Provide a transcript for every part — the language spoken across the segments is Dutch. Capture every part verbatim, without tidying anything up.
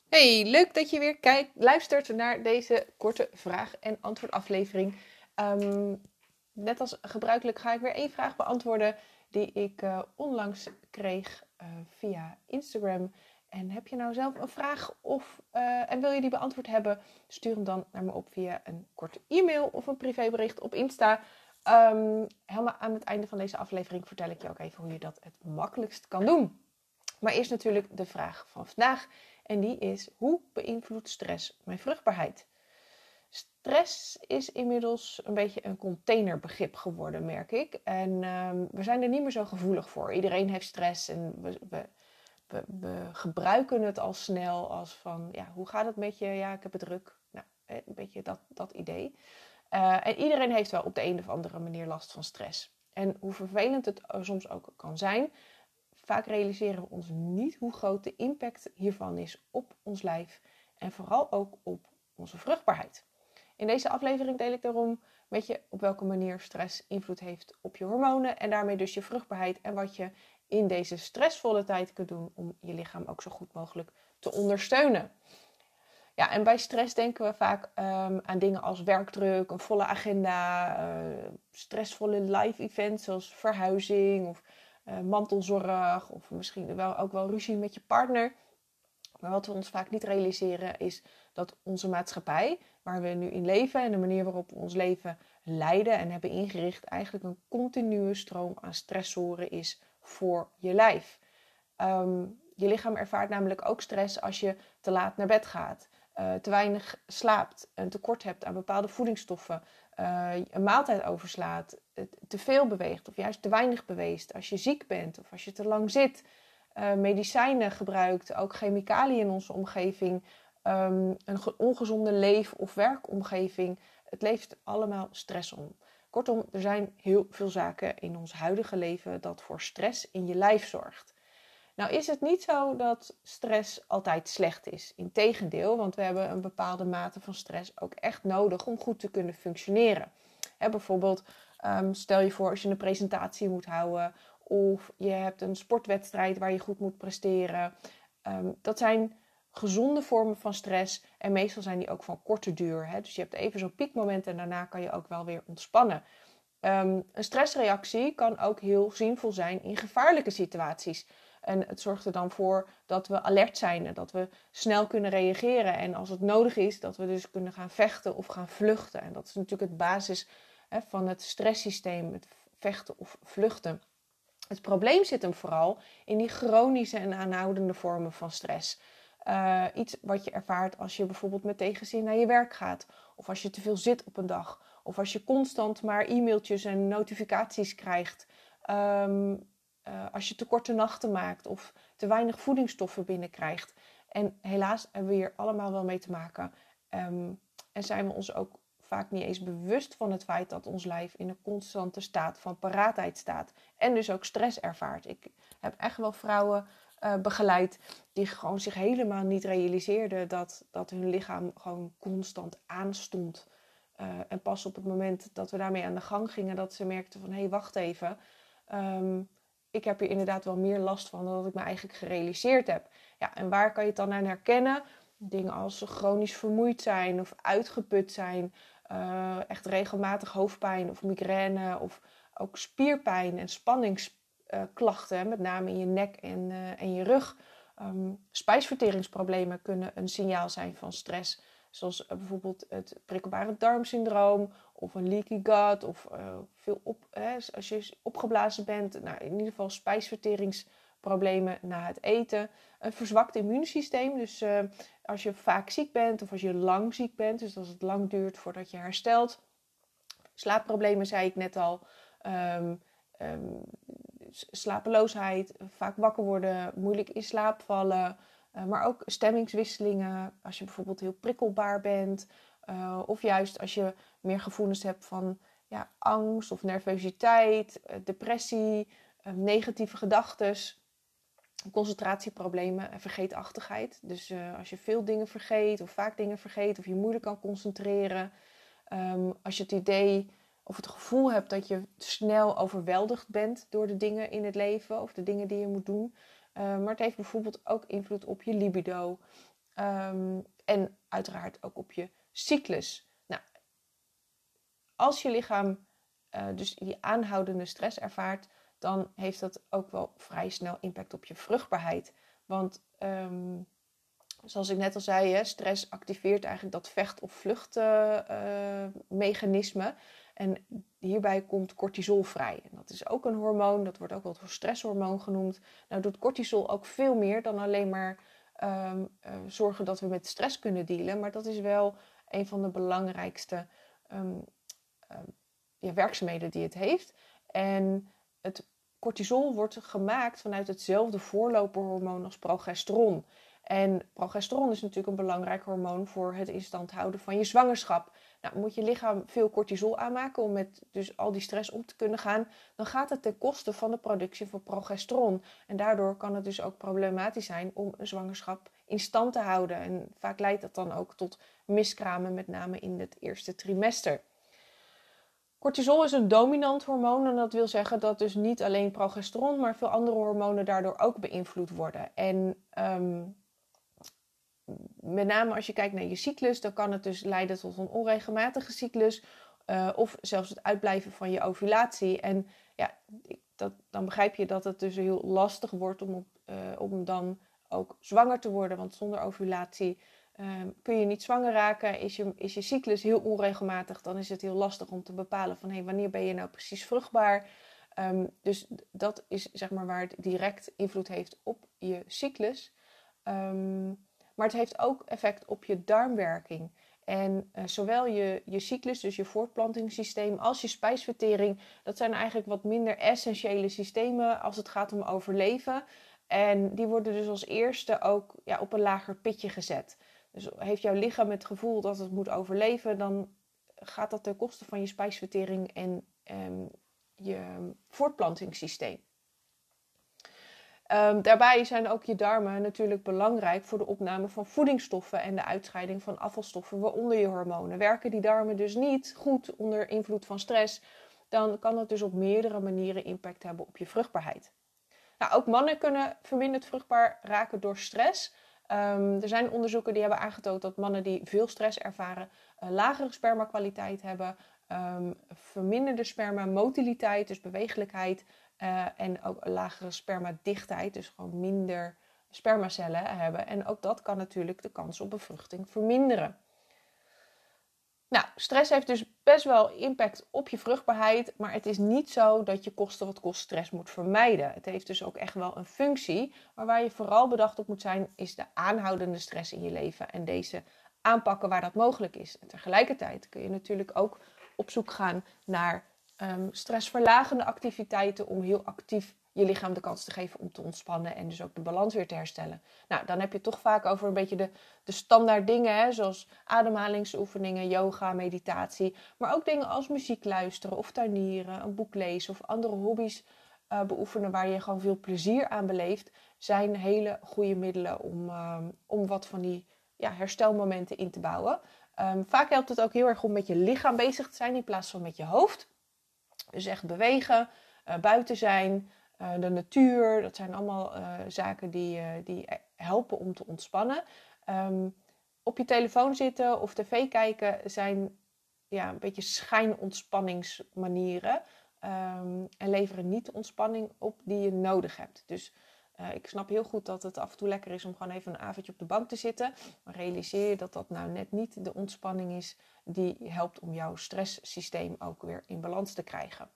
Hey, leuk dat je weer kijkt, luistert naar deze korte vraag- en antwoordaflevering. Um, net als gebruikelijk ga ik weer één vraag beantwoorden die ik uh, onlangs kreeg uh, via Instagram. En heb je nou zelf een vraag of, uh, en wil je die beantwoord hebben? Stuur hem dan naar me op via een korte e-mail of een privébericht op Insta. Um, helemaal aan het einde van deze aflevering vertel ik je ook even hoe je dat het makkelijkst kan doen. Maar eerst natuurlijk de vraag van vandaag. En die is: hoe beïnvloedt stress mijn vruchtbaarheid? Stress is inmiddels een beetje een containerbegrip geworden, merk ik. En um, we zijn er niet meer zo gevoelig voor. Iedereen heeft stress en we, we, we, we gebruiken het al snel als van, ja, hoe gaat het met je? Ja, ik heb het druk. Nou, een beetje dat, dat idee. Uh, en iedereen heeft wel op de een of andere manier last van stress. En hoe vervelend het soms ook kan zijn, vaak realiseren we ons niet hoe groot de impact hiervan is op ons lijf en vooral ook op onze vruchtbaarheid. In deze aflevering deel ik daarom met je op welke manier stress invloed heeft op je hormonen en daarmee dus je vruchtbaarheid en wat je in deze stressvolle tijd kunt doen om je lichaam ook zo goed mogelijk te ondersteunen. Ja, en bij stress denken we vaak um, aan dingen als werkdruk, een volle agenda, uh, stressvolle live events zoals verhuizing of uh, mantelzorg of misschien wel, ook wel ruzie met je partner. Maar wat we ons vaak niet realiseren is dat onze maatschappij, waar we nu in leven en de manier waarop we ons leven leiden en hebben ingericht, eigenlijk een continue stroom aan stressoren is voor je lijf. Um, je lichaam ervaart namelijk ook stress als je te laat naar bed gaat, uh, te weinig slaapt, een tekort hebt aan bepaalde voedingsstoffen, uh, een maaltijd overslaat, te veel beweegt of juist te weinig beweegt, als je ziek bent of als je te lang zit, uh, medicijnen gebruikt, ook chemicaliën in onze omgeving, um, een ongezonde leef- of werkomgeving. Het levert allemaal stress om. Kortom, er zijn heel veel zaken in ons huidige leven dat voor stress in je lijf zorgt. Nou is het niet zo dat stress altijd slecht is. Integendeel, want we hebben een bepaalde mate van stress ook echt nodig om goed te kunnen functioneren. He, bijvoorbeeld, um, stel je voor als je een presentatie moet houden of je hebt een sportwedstrijd waar je goed moet presteren. Um, dat zijn gezonde vormen van stress en meestal zijn die ook van korte duur. He. Dus je hebt even zo'n piekmoment en daarna kan je ook wel weer ontspannen. Um, een stressreactie kan ook heel zinvol zijn in gevaarlijke situaties. En het zorgt er dan voor dat we alert zijn en dat we snel kunnen reageren. En als het nodig is, dat we dus kunnen gaan vechten of gaan vluchten. En dat is natuurlijk het basis hè, van het stresssysteem, het vechten of vluchten. Het probleem zit hem vooral in die chronische en aanhoudende vormen van stress. Uh, iets wat je ervaart als je bijvoorbeeld met tegenzin naar je werk gaat. Of als je te veel zit op een dag. Of als je constant maar e-mailtjes en notificaties krijgt. Um, uh, als je te korte nachten maakt of te weinig voedingsstoffen binnenkrijgt. En helaas hebben we hier allemaal wel mee te maken. Um, en zijn we ons ook vaak niet eens bewust van het feit dat ons lijf in een constante staat van paraatheid staat. En dus ook stress ervaart. Ik heb echt wel vrouwen uh, begeleid die gewoon zich helemaal niet realiseerden dat, dat hun lichaam gewoon constant aanstond. Uh, en pas op het moment dat we daarmee aan de gang gingen, dat ze merkten van hé, hey, wacht even. Um, ik heb hier inderdaad wel meer last van dan dat ik me eigenlijk gerealiseerd heb. Ja, en waar kan je het dan aan herkennen? Dingen als chronisch vermoeid zijn of uitgeput zijn. Uh, echt regelmatig hoofdpijn of migraine of ook spierpijn en spanningsklachten, met name in je nek en, uh, en je rug. Um, spijsverteringsproblemen kunnen een signaal zijn van stress. Zoals uh, bijvoorbeeld het prikkelbare darmsyndroom of een leaky gut of uh, veel op, hè, als je opgeblazen bent. Nou, in ieder geval spijsverteringsproblemen na het eten. Een verzwakt immuunsysteem, dus uh, als je vaak ziek bent of als je lang ziek bent, dus als het lang duurt voordat je herstelt. Slaapproblemen zei ik net al. Um, um, slapeloosheid, vaak wakker worden, moeilijk in slaap vallen. Uh, maar ook stemmingswisselingen, als je bijvoorbeeld heel prikkelbaar bent. Uh, of juist als je meer gevoelens hebt van ja, angst of nervositeit, uh, depressie, uh, negatieve gedachten, concentratieproblemen en vergeetachtigheid. Dus uh, als je veel dingen vergeet of vaak dingen vergeet of je moeilijk kan concentreren. Um, als je het idee of het gevoel hebt dat je snel overweldigd bent door de dingen in het leven of de dingen die je moet doen. Uh, maar het heeft bijvoorbeeld ook invloed op je libido. Um, en uiteraard ook op je cyclus. Nou, als je lichaam uh, dus die aanhoudende stress ervaart, dan heeft dat ook wel vrij snel impact op je vruchtbaarheid. Want um, zoals ik net al zei, hè, stress activeert eigenlijk dat vecht- of vluchtmechanisme. Uh, uh, en hierbij komt cortisol vrij. En dat is ook een hormoon, dat wordt ook wel het stresshormoon genoemd. Nou doet cortisol ook veel meer dan alleen maar um, uh, zorgen dat we met stress kunnen dealen. Maar dat is wel een van de belangrijkste um, um, ja, werkzaamheden die het heeft. En het cortisol wordt gemaakt vanuit hetzelfde voorloperhormoon als progesteron. En progesteron is natuurlijk een belangrijk hormoon voor het in stand houden van je zwangerschap. Nou, moet je lichaam veel cortisol aanmaken om met dus al die stress om te kunnen gaan, dan gaat het ten koste van de productie van progesteron. En daardoor kan het dus ook problematisch zijn om een zwangerschap in stand te houden. En vaak leidt dat dan ook tot miskramen, met name in het eerste trimester. Cortisol is een dominant hormoon en dat wil zeggen dat dus niet alleen progesteron, maar veel andere hormonen daardoor ook beïnvloed worden. En um, met name als je kijkt naar je cyclus, dan kan het dus leiden tot een onregelmatige cyclus uh, of zelfs het uitblijven van je ovulatie. En ja, dat, dan begrijp je dat het dus heel lastig wordt om, op, uh, om dan ook zwanger te worden, want zonder ovulatie Um, kun je niet zwanger raken, is je, is je cyclus heel onregelmatig, dan is het heel lastig om te bepalen van hey, wanneer ben je nou precies vruchtbaar. Um, dus dat is zeg maar waar het direct invloed heeft op je cyclus. Um, maar het heeft ook effect op je darmwerking. En uh, zowel je, je cyclus, dus je voortplantingssysteem, als je spijsvertering, dat zijn eigenlijk wat minder essentiële systemen als het gaat om overleven. En die worden dus als eerste ook ja, op een lager pitje gezet. Dus heeft jouw lichaam het gevoel dat het moet overleven, dan gaat dat ten koste van je spijsvertering en um, je voortplantingssysteem. Um, daarbij zijn ook je darmen natuurlijk belangrijk voor de opname van voedingsstoffen en de uitscheiding van afvalstoffen, waaronder je hormonen. Werken die darmen dus niet goed onder invloed van stress, dan kan het dus op meerdere manieren impact hebben op je vruchtbaarheid. Nou, ook mannen kunnen verminderd vruchtbaar raken door stress. Um, er zijn onderzoeken die hebben aangetoond dat mannen die veel stress ervaren uh, lagere spermakwaliteit hebben, um, verminderde spermamotiliteit, dus bewegelijkheid, uh, en ook een lagere spermadichtheid, dus gewoon minder spermacellen hebben. En ook dat kan natuurlijk de kans op bevruchting verminderen. Nou, stress heeft dus best wel impact op je vruchtbaarheid, maar het is niet zo dat je koste wat kost stress moet vermijden. Het heeft dus ook echt wel een functie, maar waar je vooral bedacht op moet zijn, is de aanhoudende stress in je leven en deze aanpakken waar dat mogelijk is. En tegelijkertijd kun je natuurlijk ook op zoek gaan naar um, stressverlagende activiteiten om heel actief je lichaam de kans te geven om te ontspannen en dus ook de balans weer te herstellen. Nou, dan heb je het toch vaak over een beetje de, de standaard dingen, hè, zoals ademhalingsoefeningen, yoga, meditatie. Maar ook dingen als muziek luisteren of tuinieren, een boek lezen of andere hobby's uh, beoefenen waar je gewoon veel plezier aan beleeft, zijn hele goede middelen om, uh, om wat van die ja, herstelmomenten in te bouwen. Um, vaak helpt het ook heel erg om met je lichaam bezig te zijn in plaats van met je hoofd. Dus echt bewegen, uh, buiten zijn, uh, de natuur. Dat zijn allemaal uh, zaken die, uh, die helpen om te ontspannen. Um, op je telefoon zitten of tv kijken zijn ja, een beetje schijnontspanningsmanieren. Um, en leveren niet de ontspanning op die je nodig hebt. Dus uh, ik snap heel goed dat het af en toe lekker is om gewoon even een avondje op de bank te zitten. Maar realiseer je dat dat nou net niet de ontspanning is die helpt om jouw stresssysteem ook weer in balans te krijgen.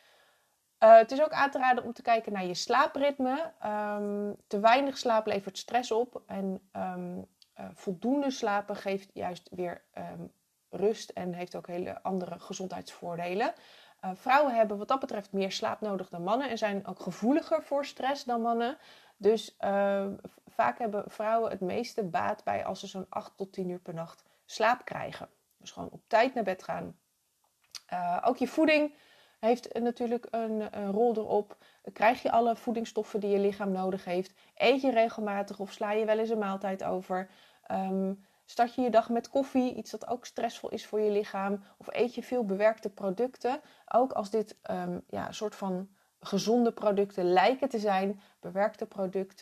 Uh, het is ook aan te raden om te kijken naar je slaapritme. Um, te weinig slaap levert stress op. En um, uh, voldoende slapen geeft juist weer um, rust en heeft ook hele andere gezondheidsvoordelen. Uh, vrouwen hebben wat dat betreft meer slaap nodig dan mannen en zijn ook gevoeliger voor stress dan mannen. Dus uh, vaak hebben vrouwen het meeste baat bij als ze zo'n acht tot tien uur per nacht slaap krijgen. Dus gewoon op tijd naar bed gaan. Uh, ook je voeding heeft natuurlijk een, een rol erop. Krijg je alle voedingsstoffen die je lichaam nodig heeft? Eet je regelmatig of sla je wel eens een maaltijd over? Um, start je je dag met koffie, iets dat ook stressvol is voor je lichaam? Of eet je veel bewerkte producten? Ook als dit um, ja, een soort van gezonde producten lijken te zijn. Bewerkte producten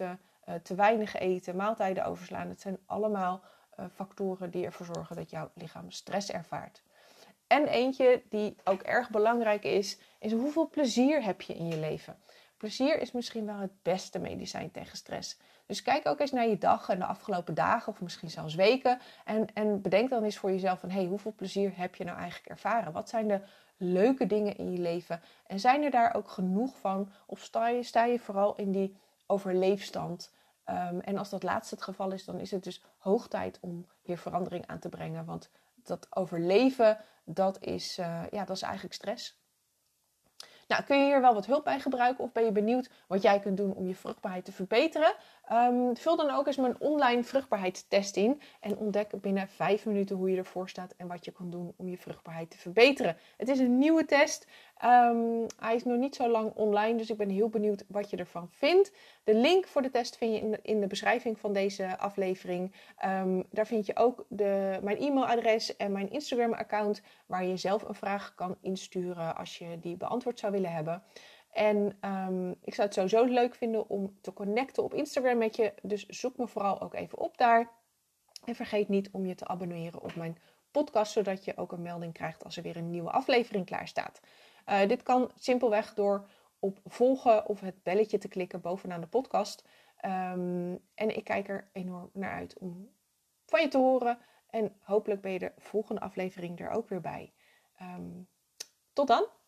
uh, te weinig eten, maaltijden overslaan. Het zijn allemaal uh, factoren die ervoor zorgen dat jouw lichaam stress ervaart. En eentje die ook erg belangrijk is, is hoeveel plezier heb je in je leven? Plezier is misschien wel het beste medicijn tegen stress. Dus kijk ook eens naar je dag en de afgelopen dagen of misschien zelfs weken. En, en bedenk dan eens voor jezelf van, hey, hoeveel plezier heb je nou eigenlijk ervaren? Wat zijn de leuke dingen in je leven? En zijn er daar ook genoeg van? Of sta je, sta je vooral in die overleefstand? Um, en als dat laatste het geval is, dan is het dus hoog tijd om hier verandering aan te brengen. Want dat overleven, dat is, uh, ja, dat is eigenlijk stress. Nou, kun je hier wel wat hulp bij gebruiken of ben je benieuwd wat jij kunt doen om je vruchtbaarheid te verbeteren? Um, vul dan ook eens mijn online vruchtbaarheidstest in en ontdek binnen vijf minuten hoe je ervoor staat en wat je kan doen om je vruchtbaarheid te verbeteren. Het is een nieuwe test. Um, hij is nog niet zo lang online, dus ik ben heel benieuwd wat je ervan vindt. De link voor de test vind je in de, in de beschrijving van deze aflevering. Um, daar vind je ook de, mijn e-mailadres en mijn Instagram-account waar je zelf een vraag kan insturen als je die beantwoord zou willen hebben. En um, ik zou het sowieso leuk vinden om te connecten op Instagram met je. Dus zoek me vooral ook even op daar. En vergeet niet om je te abonneren op mijn podcast, zodat je ook een melding krijgt als er weer een nieuwe aflevering klaar staat. Uh, dit kan simpelweg door op volgen of het belletje te klikken bovenaan de podcast. Um, en ik kijk er enorm naar uit om van je te horen. En hopelijk ben je de volgende aflevering er ook weer bij. Um, tot dan!